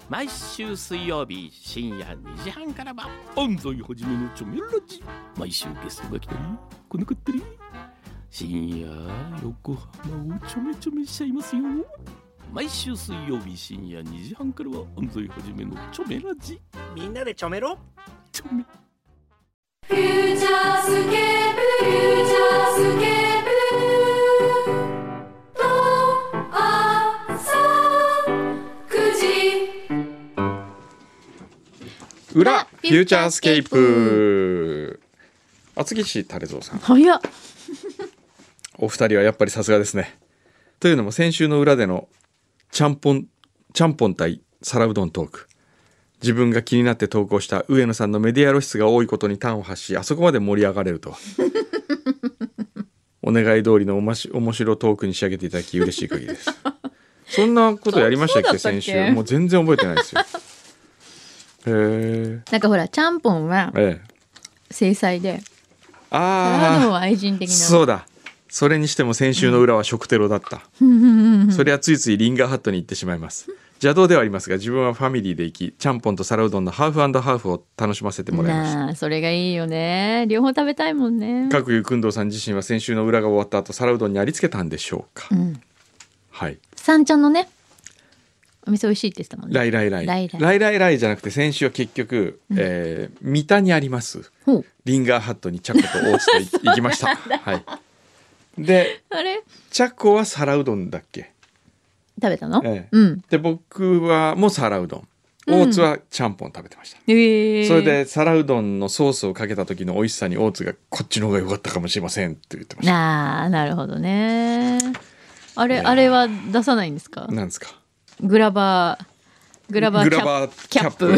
毎週水曜日深夜2時半からは安西はじめのチョメラジ。毎週ゲストが来たり来なかったり、深夜横浜をちょめちょめしちゃいますよ。毎週水曜日深夜2時半からは安西はじめのチョメラジ。 みんなでちょめろ。 チョメフューチャースケープ、フューチャースケープと朝9時裏フューチャースケープ。厚木市タレゾウさん、 早っ。 お二人はやっぱりさすがですね。というのも先週の裏でのちゃんぽん対皿うどんトーク、自分が気になって投稿した上野さんのメディア露出が多いことに端を発し、あそこまで盛り上がれるとはお願い通りの面白トークに仕上げていただき嬉しい限りです。そんなことやりましたっけ先週。もう全然覚えてないですよ。 なんかほらちゃんぽんは制裁で、皿うどんは愛人的な。 そうだ、それにしても先週の裏は食テロだった、そりゃついついリンガーハットに行ってしまいます。邪道ではありますが、自分はファミリーで行き、ちゃんぽんと皿うどんのハーフ&ハーフを楽しませてもらいました。 それがいいよね。両方食べたいもんね。 各有くんどうさん自身は先週の裏が終わった後、皿うどんにありつけたんでしょうか。はい、 三ちゃんのねお店美味しいって言ってたもんね。 ライじゃなくて、先週は結局、三田にありますリンガーハットにチャコと大津と行きましたはい。で、 あれチャコは皿うどんだっけ食べたの？ で僕はもう皿うどん、大津はちゃんぽん食べてました、それで皿うどんのソースをかけた時の美味しさに大津がこっちの方が良かったかもしれませんって言ってました。 なるほどね。あれは出さないんですか？ なんですか？ グラバーキャップ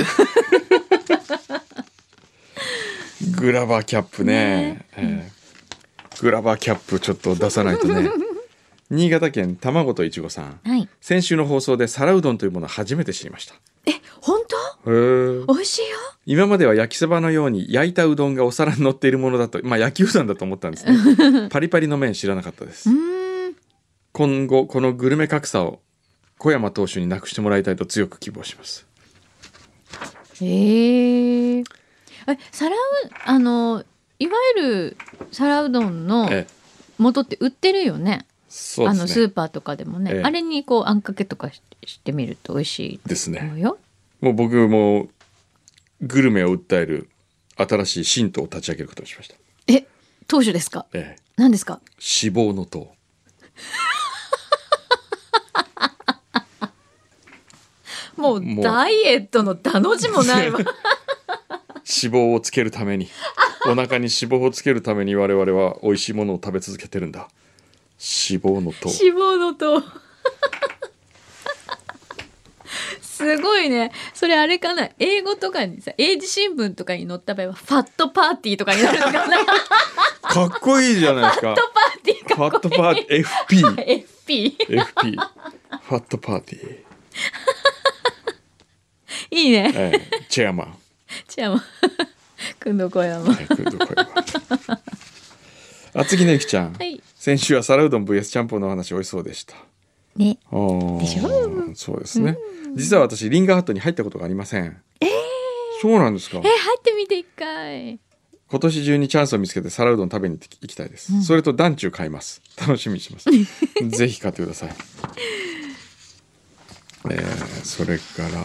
グラバーキャップね、グラバーキャップちょっと出さないとね新潟県卵といちごさん、先週の放送で皿うどんというものを初めて知りました。 本当？美味しいよ。今までは焼きそばのように焼いたうどんがお皿に乗っているものだと、焼きうどんだと思ったんですねパリパリの麺知らなかったです。今後このグルメ格差を小山投手になくしてもらいたいと強く希望します。 いわゆる皿うどんの元って売ってるよね。そうですね、スーパーとかでもね、あれにこうあんかけとかしてみると美味しいですね。 もう僕もグルメを訴える新しい新党を立ち上げることにしました。 党首ですか？何ですか？ 脂肪の党もうダイエットのダの字もないわ脂肪をつけるためにお腹に脂肪をつけるために我々は美味しいものを食べ続けてるんだ。脂肪の党すごいね。それあれかな、英語とかにさ、英字新聞とかに載った場合はファットパーティーとかになるのかなかっこいいじゃないですか。 ファットパーティー FP ファットパーティーいいね、 チェアマンくんどこ山厚木ねゆきちゃん、先週は皿うどん VS ちゃんぽんの話美味しそうでしたね。でしょ。そうですね、実は私リンガーハットに入ったことがありません。そうなんですか？ 入ってみて一回。 今年中にチャンスを見つけて皿うどん食べに行きたいです、それと団中買います。楽しみにしますぜひ買ってください。それから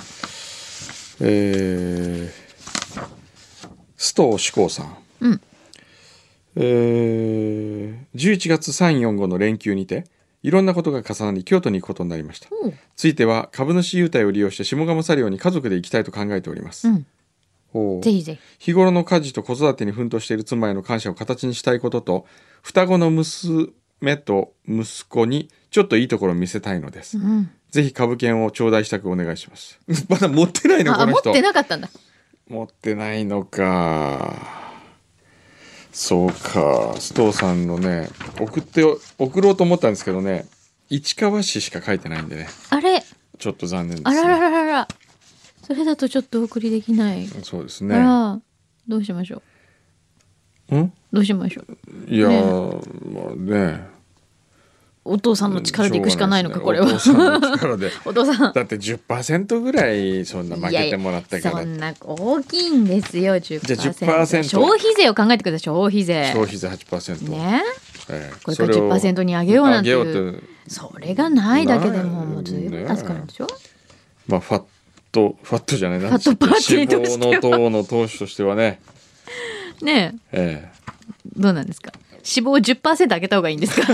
須藤志功さん、11月3、4、5の連休にていろんなことが重なり京都に行くことになりました。ついては株主優待を利用して下鴨サリオに家族で行きたいと考えております、ぜひぜひ。日頃の家事と子育てに奮闘している妻への感謝を形にしたいことと、双子の娘と息子にちょっといいところを見せたいのです、ぜひ株券を頂戴したくお願いしますまだ持ってないのこの人。 持ってなかったんだ。 持ってないのか。そうか、須藤さんのね送ろうと思ったんですけどね、市川市しか書いてないんでね、 あれちょっと残念ですね。 あらららら、それだとちょっとお送りできない。 そうですね。 どうしましょう。どうしましょう。 いや、まあね、 お父さんの力でいくしかないのかこれは。 お父さんの力でお父さんだって 10% ぐらいそんな負けてもらったから。 そんな大きいんですよ 10%。 じゃあ 10%。 消費税を考えてください。消費税 8%ね。これから 10% に上げようなんていうそれがないだけでもずいぶん助かるんでしょ。 まあファットじゃないな。 ファットパーティーとしては脂肪の党の党首としてはね。 ねえ。どうなんですか。脂肪を 10% 上げた方がいいんですか。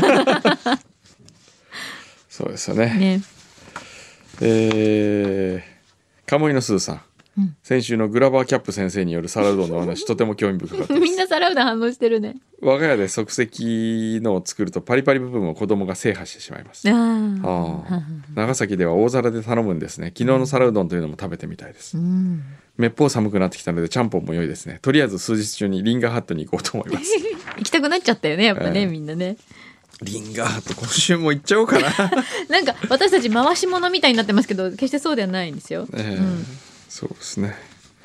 そうですよね。鴨居のすずさん。先週のグラバーキャップ先生による皿うどんの話とても興味深かったです。 みんな皿うどん反応してるね。 我が家で即席のを作るとパリパリ部分を子供が制覇してしまいます。長崎では大皿で頼むんですね。昨日の皿うどんというのも食べてみたいです。めっぽう寒くなってきたのでちゃんぽんも良いですね。とりあえず数日中にリンガーハットに行こうと思います。 行きたくなっちゃったよねやっぱね、みんなね。 リンガーハット今週も行っちゃおうかな。 なんか私たち回し物みたいになってますけど決してそうではないんですよ。 そうですね。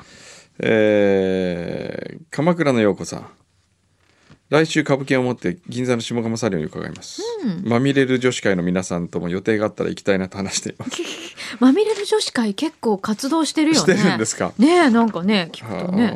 鎌倉の陽子さん。来週歌舞伎を持って銀座の下鴨サリオに伺います、まみれる女子会の皆さんとも予定があったら行きたいなと話しています。 まみれる女子会結構活動してるよね。 してるんですか。 ねえなんかね聞くとね。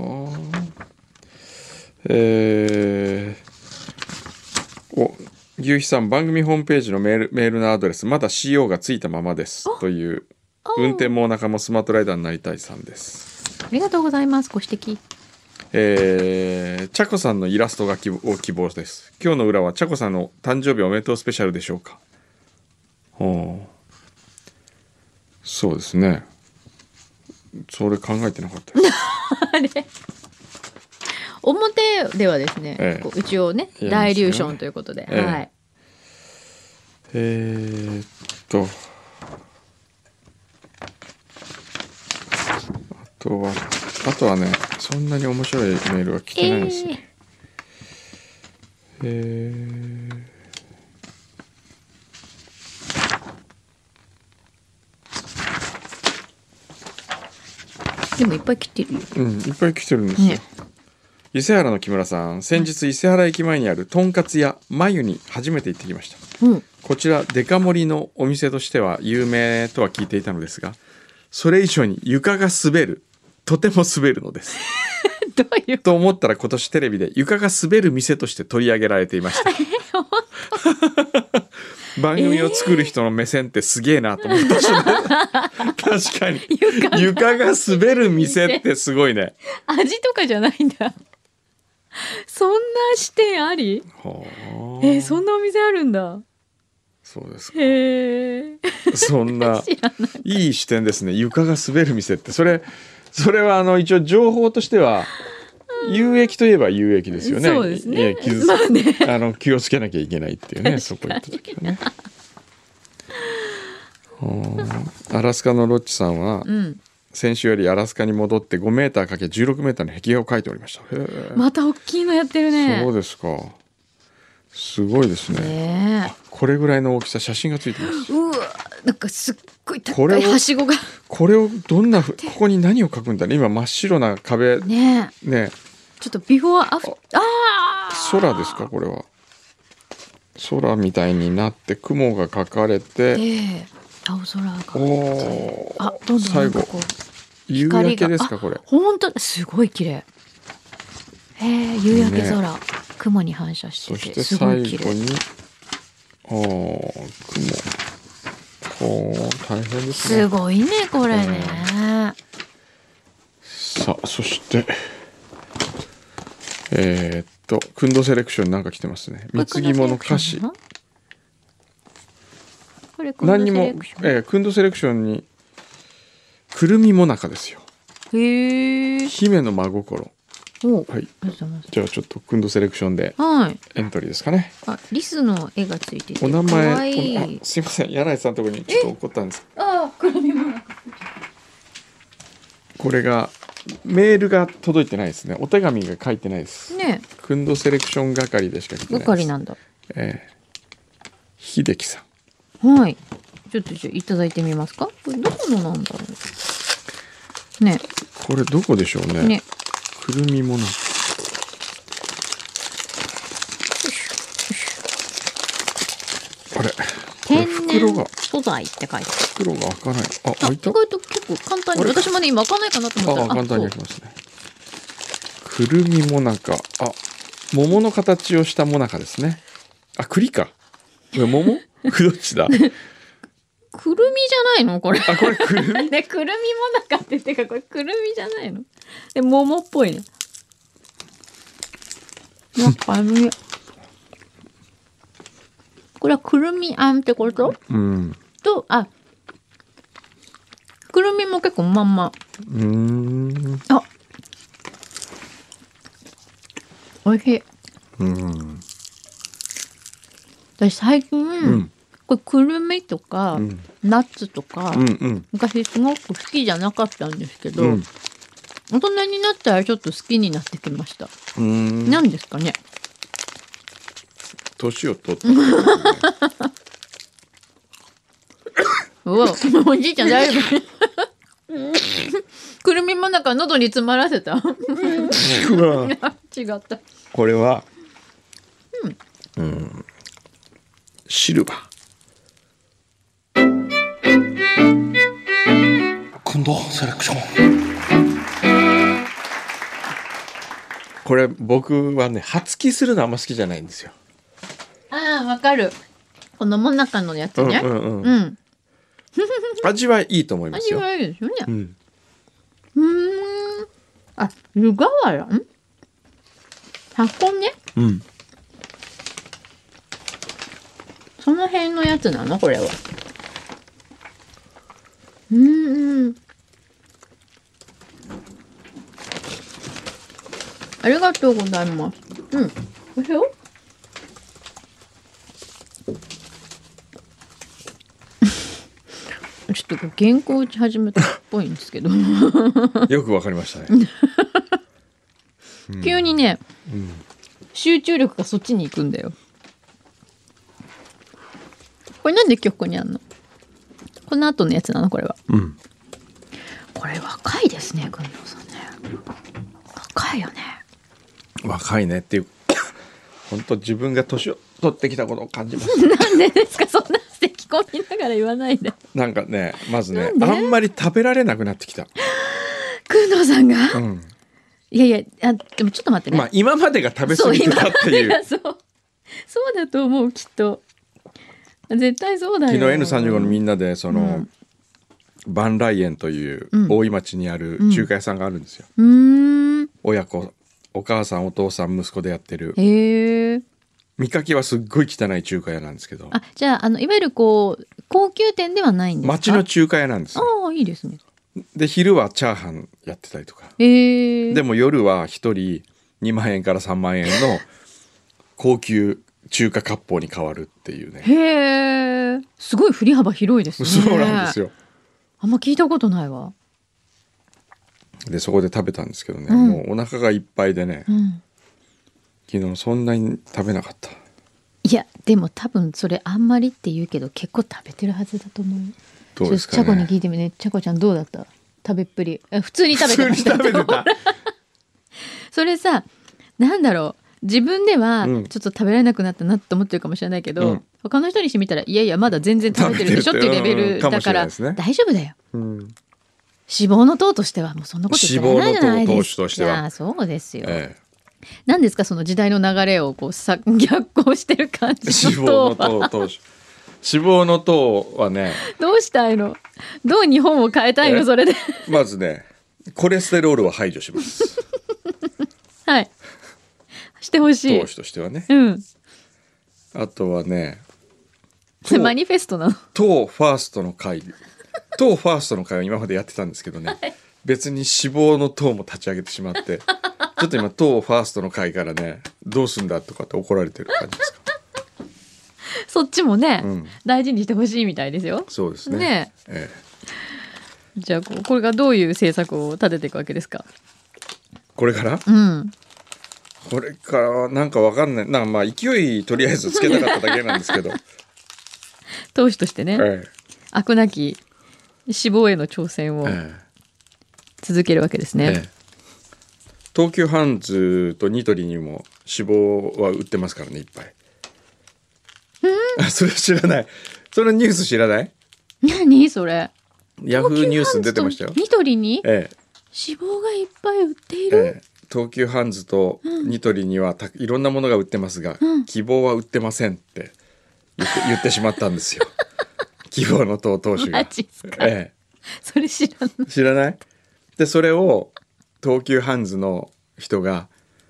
牛肥さん、番組ホームページのメールのアドレスまだ CO がついたままですという。運転もお腹もスマートライダーになりたいさんです。 ありがとうございます。ご指摘。 チャコさんのイラストが希望です。今日の裏はチャコさんの誕生日おめでとうスペシャルでしょうか。そうですね。それ考えてなかったです。 あれ表ではですね、一応ね大イリューションということで、はい。 あとはね、そんなに面白いメールは来てないんですね。 でもいっぱい来てるよ。 いっぱい来てるんですよ。ね、伊勢原の木村さん、先日伊勢原駅前にあるとんかつ屋まゆに初めて行ってきました。こちらデカ盛りのお店としては有名とは聞いていたのですが、それ以上に床が滑る。とても滑るのです。 どういうと思ったら今年テレビで床が滑る店として取り上げられていました。番組を作る人の目線ってすげえなと思ったし、ね、確かに床が滑る店ってすごいね。 味とかじゃないんだ。そんな視点あり？そんなお店あるんだ。 そうですか。そんないい視点ですね。床が滑る店ってそれは一応情報としては有益といえば有益ですよね。 そうですね。 気をつけなきゃいけないっていうね。そこ行った時はね。アラスカのロッチさんは、先週よりアラスカに戻って5メーターかけ16メーターの壁画を描いておりました。 また大きいのやってるね。 そうですか。すごいですね。これぐらいの大きさ写真がついてます。 うわ、なんかすっごい高いはしごが。 これをここに何を描くんだね。今真っ白な壁ね。 ちょっとビフォーアフ空ですかこれは。空みたいになって雲が描かれて、 青空が。 どんどん最後夕焼けですかこれ。 本当すごい綺麗。夕焼け空、雲に反射しててすごい綺麗。そして最後に雲。大変ですね。 すごいねこれね。 さあそしてくんどセレクションなんか来てますね。貢ぎ物歌詞。何にもくんどセレクションにくるみもなかですよ。姫の真心。はい。じゃあちょっとくんどセレクションでエントリーですかね。 リスの絵がついててお名前すいません柳井さんのところにちょっと怒ったんです。 くるみもなか。 これがメールが届いてないですね。お手紙が書いてないですね。 くんどセレクション係でしか来てないです。 係なんだ。 秀樹さん。はい。ちょっといただいてみますか。これどこのなんだろう。ね。 これどこでしょうね。くるみもな。あれ。 天素材って書いてある。 袋が開かない。あ、開いた。 意外と結構簡単に、私もね今開かないかなと思ったら、 簡単に開きますね。くるみもなか、桃の形をしたもなかですね。栗か。これ桃？どっちだ？ くるみじゃないのこれ。 これくるみ？ ね、くるみもなかってってかこれくるみじゃないの？で桃っぽいね。なんかこれはくるみあんってこと？ うん。 とくるみも結構まんま。おいしい。私最近、これくるみとか、ナッツとか、昔すごく好きじゃなかったんですけど、大人になったらちょっと好きになってきました。なんですかね。 年を取った。 うわ、おじいちゃん大丈夫？くるみもなんか喉に詰まらせた。違った。 これは、シルバー。くんどセレクション。これ僕はね、初期するのあんま好きじゃないんですよ。 わかる。このもなかのやつね。 味はいいと思いますよ。 味はいいですよね。湯河原？箱根？その辺のやつなのこれは。ありがとうございます。おいしいよ。ちょっと原稿打ち始めたっぽいんですけど。 よくわかりましたね。 急にね、集中力がそっちに行くんだよ。これなんで今日ここにあんの？この後のやつなのこれは。これ若いですね、くんどうさんね。若いよね。 若いねっていう。本当自分が年を取ってきたことを感じます。 なんでですか、そんな咳込みながら言わないで。 なんかね、まずね、あんまり食べられなくなってきた。 くんどうさんが？いやでもちょっと待ってね。 今までが食べ過ぎてたっていう。 そうだと思う、きっと。絶対そうだよ。 昨日 N35 のみんなで万来園という大井町にある中華屋さんがあるんですよ。親子、お母さんお父さん息子でやってる。見かけはすっごい汚い中華屋なんですけど。 じゃあいわゆる高級店ではないんですか？ 町の中華屋なんですよ。 いいですね。 で昼はチャーハンやってたりとか。でも夜は一人2万円から3万円の高級中華割烹に変わるっていうね。 へえ、すごい振り幅広いですね。 そうなんですよ。 あんま聞いたことないわ。 でそこで食べたんですけどね、もうお腹がいっぱいでね、昨日そんなに食べなかった。 いやでも多分それあんまりって言うけど結構食べてるはずだと思う。 どうですかね。 ちゃこに聞いてみね。ちゃこちゃんどうだった？食べっぷり。普通に食べてました。それさ、なんだろう、自分ではちょっと食べられなくなったなと思ってるかもしれないけど、他の人にしてみたらいやいやまだ全然食べてるでしょっていうレベルだから大丈夫だよ。脂肪の糖としてはもうそんなこと言ってないじゃないですか。そうですよ。何ですかその時代の流れを逆行してる感じの糖は。 脂肪の糖はね、 どうしたいの？どう日本を変えたいのそれで。 まずね、コレステロールは排除します。 はい。してほしい。 糖種としてはね。あとはね、 マニフェストなの？ 糖ファーストの会。糖ファーストの会は今までやってたんですけどね、別に脂肪の糖も立ち上げてしまって、ちょっと今糖ファーストの会からね、どうすんだとかって怒られてる感じですか。 そっちもね、大事にしてほしいみたいですよ。 そうですね。 じゃあこれがどういう政策を立てていくわけですか？ これから？これからはなんかわかんない。なんか勢いとりあえずつけたかっただけなんですけど。 党首としてね、飽くなき脂肪への挑戦を続けるわけですね。 東急ハンズとニトリにも脂肪は売ってますからね、いっぱい。それ知らない。 そのニュース知らない？ 何それ？ ヤフーニュースに出てましたよ。 ニトリにええ、 脂肪がいっぱい売っている、 東急ハンズとニトリにはいろんなものが売ってますが、希望は売ってませんって言ってしまったんですよ。希望の党党首が。 マジっすか？それ知らない。 知らない？でそれを東急ハンズの人が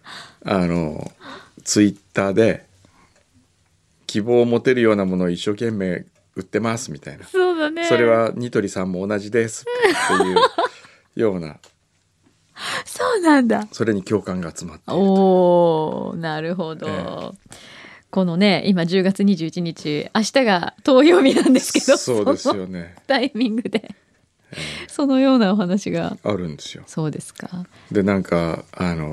ツイッターで希望を持てるようなものを一生懸命売ってますみたいな。 そうだね。 それはニトリさんも同じですっていうような。 そうなんだ。 それに共感が集まっていると。 おー、なるほど。このね、今10月21日、明日が投票日なんですけど、 そうですよね。 タイミングで、そのようなお話があるんですよ。 そうですか。 でなんか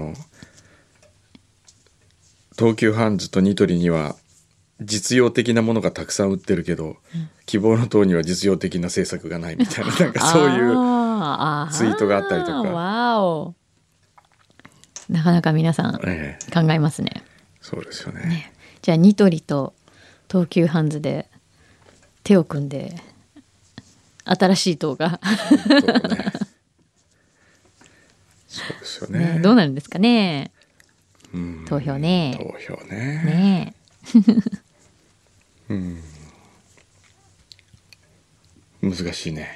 東急ハンズとニトリには実用的なものがたくさん売ってるけど、希望の党には実用的な政策がないみたいな、なんかそういうツイートがあったりとか。 わお。なかなか皆さん考えますね。 そうですよね。 じゃあニトリと東急ハンズで手を組んで新しい党がそうですよね。 どうなるんですかね。投票ね。 投票ね。難しいね。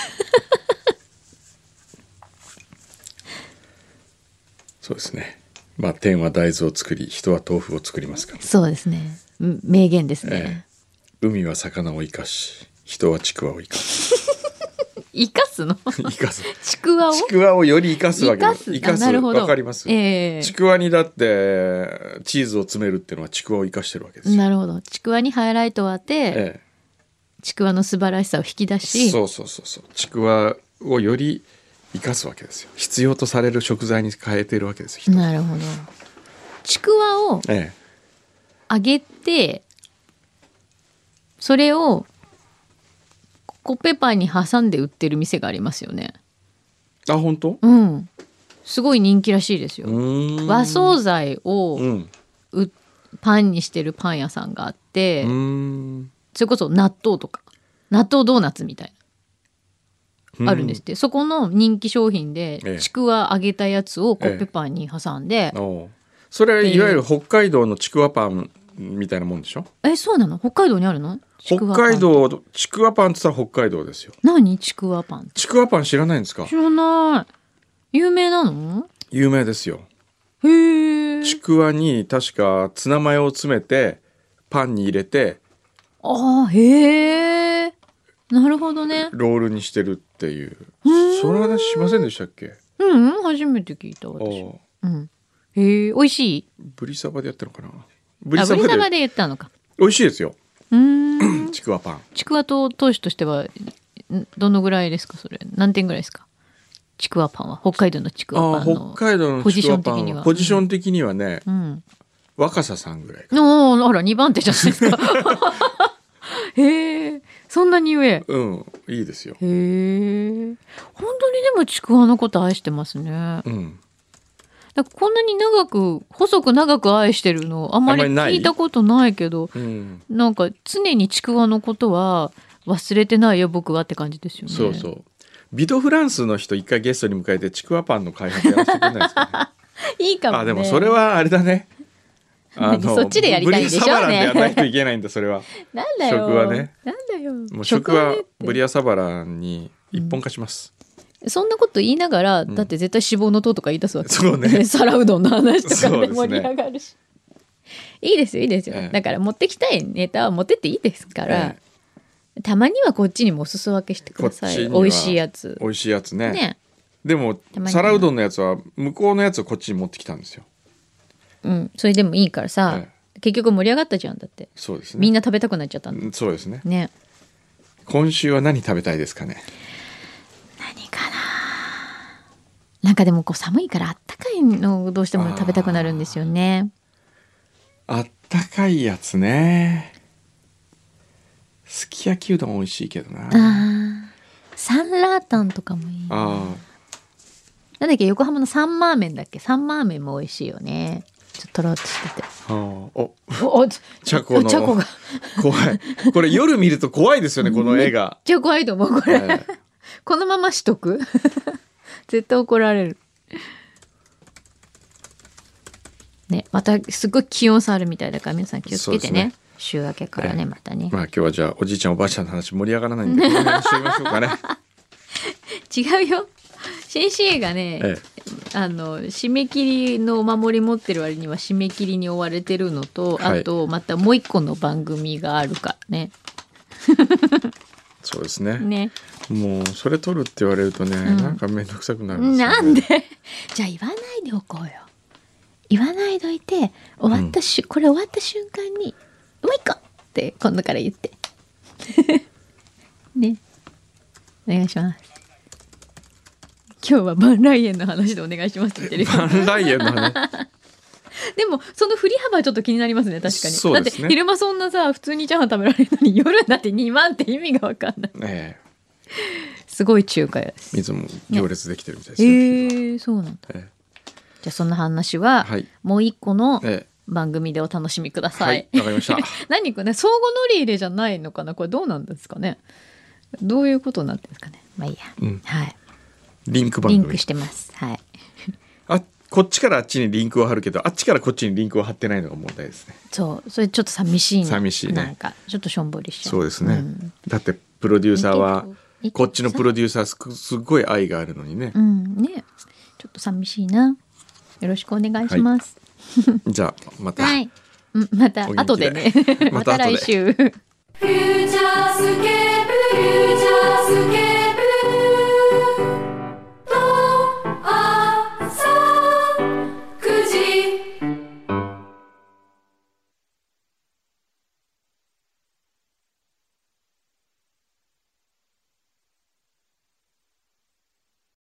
そうですね。まあ天は大豆を作り、人は豆腐を作りますから。 そうですね。名言ですね。 海は魚を生かし、人はちくわを生かす。 生かすの？ 生かす。 ちくわを？ ちくわをより生かすわけです。生かす。 なるほど。 わかります。ちくわにだってチーズを詰めるっていうのはちくわを生かしてるわけですよ。 なるほど。ちくわにハイライトを当て、ちくわの素晴らしさを引き出し、 そう。ちくわをより生かすわけですよ。必要とされる食材に変えているわけです。 なるほど。ちくわを揚げて、それをコッペパンに挟んで売ってる店がありますよね。 あ、本当？ すごい人気らしいですよ。和惣菜をパンにしてるパン屋さんがあって、それこそ納豆とか納豆ドーナツみたいなあるんですって。そこの人気商品でちくわ揚げたやつをコッペパンに挟んで、 それはいわゆる北海道のちくわパンみたいなもんでしょ？ そうなの？北海道にあるの？ 北海道ちくわパンって言ったら北海道ですよ。 何ちくわパン？ ちくわパン知らないんですか？ 知らない。有名なの？ 有名ですよ。 へえ。 ちくわに確かツナマヨを詰めてパンに入れて、 へえ。なるほどね。 ロールにしてるっていう。その話しませんでしたっけ？ 初めて聞いた私。へえ、美味しい？ ブリサバでやったのかな？ ブリサバで言ったのか。 美味しいですよ。ちくわパン。 ちくわと投手としてはどのぐらいですか？それ何点ぐらいですか？ちくわパンは北海道のちくわパンの北海道のちくわパンはポジション的にはね、若狭さんぐらい。 あら2番手じゃないですか。へえ、そんなに上。 いいですよ。 へえ、本当にでもちくわのこと愛してますね。だからこんなに細く長く愛してるのあんまり聞いたことないけど、なんか常にちくわのことは忘れてないよ僕はって感じですよね。 そうそう。ビドフランスの人一回ゲストに迎えてちくわパンの開発やらせてくれないですかね。 いいかもね。 でもそれはあれだね。 そっちでやりたいんでしょうね。 ブリアサバランでやらないといけないんだそれは。 なんだよ。 食はね。 なんだよ。 もう食はブリアサバランに一本化します。 そんなこと言いながら、だって絶対脂肪の糖とか言い出すわけ。 そうね。 皿うどんの話とかで盛り上がるし。いいですよいいですよ。だから持ってきたいネタは持ってっていいですから。たまにはこっちにもお裾分けしてください。美味しいやつ。 美味しいやつね。でも皿うどんのやつは向こうのやつをこっちに持ってきたんですよ。 それでもいいからさ、結局盛り上がったじゃんだって。 そうですね。 みんな食べたくなっちゃったんだ。 そうですね。 ね。 今週は何食べたいですかね。 何かな。なんかでもこう寒いからあったかいのをどうしても食べたくなるんですよね。 あったかいやつね。すき焼きうどん美味しいけどな。 サンラータンとかもいい。なんだっけ横浜のサンマーメンだっけ？サンマーメンも美味しいよね。 ちょっととろっとしてて。 おチャコのチャコが怖い。これ夜見ると怖いですよね、この絵が。 めっちゃ怖いと思うこれ。このまましとく絶対怒られる。ね、またすごい気温差あるみたいだから皆さん気をつけて ね週明けからねまたね。 まあ今日はじゃあおじいちゃんおばあちゃんの話盛り上がらないんでこの辺にしてみましょうかね。 違うよ。先生がね、締め切りのお守り持ってる割には締め切りに追われてるのと、あとまたもう一個の番組があるからね。 そうですね。 ね。 もうそれ取るって言われるとね、なんか面倒くさくなるんですよね。 なんでじゃあ言わないでおこうよ。言わないどいて終わったこれ終わった瞬間にもう一個って今度から言ってね、お願いします。今日はバンライエンの話でお願いしますって言ってる。 バンライエンの話でもその振り幅はちょっと気になりますね。確かに。 そうですね。 だって昼間そんなさ普通にチャーハン食べられるのに夜だって2万って意味が分かんない、すごい中華屋です。 水も行列できてるみたいですよ。 そうなんだ、じゃあそんな話は、もう一個の番組でお楽しみください。 わかりました。 何かね相互乗り入れじゃないのかな、これどうなんですかね。どういうことになってるんですかね。まあいいや、はい。 リンク番組。 リンクしてます。はい。 こっちからあっちにリンクを貼るけどあっちからこっちにリンクを貼ってないのが問題ですね。 そうそれちょっと寂しいね。 寂しいね。 なんかちょっとしょんぼりしちゃう。 そうですね、だってプロデューサーはこっちのプロデューサーすごい愛があるのにね。 ねちょっと寂しいな。よろしくお願いします、 じゃあまた、 また後でねまた来週。 フューチャースケープフューチャースケープ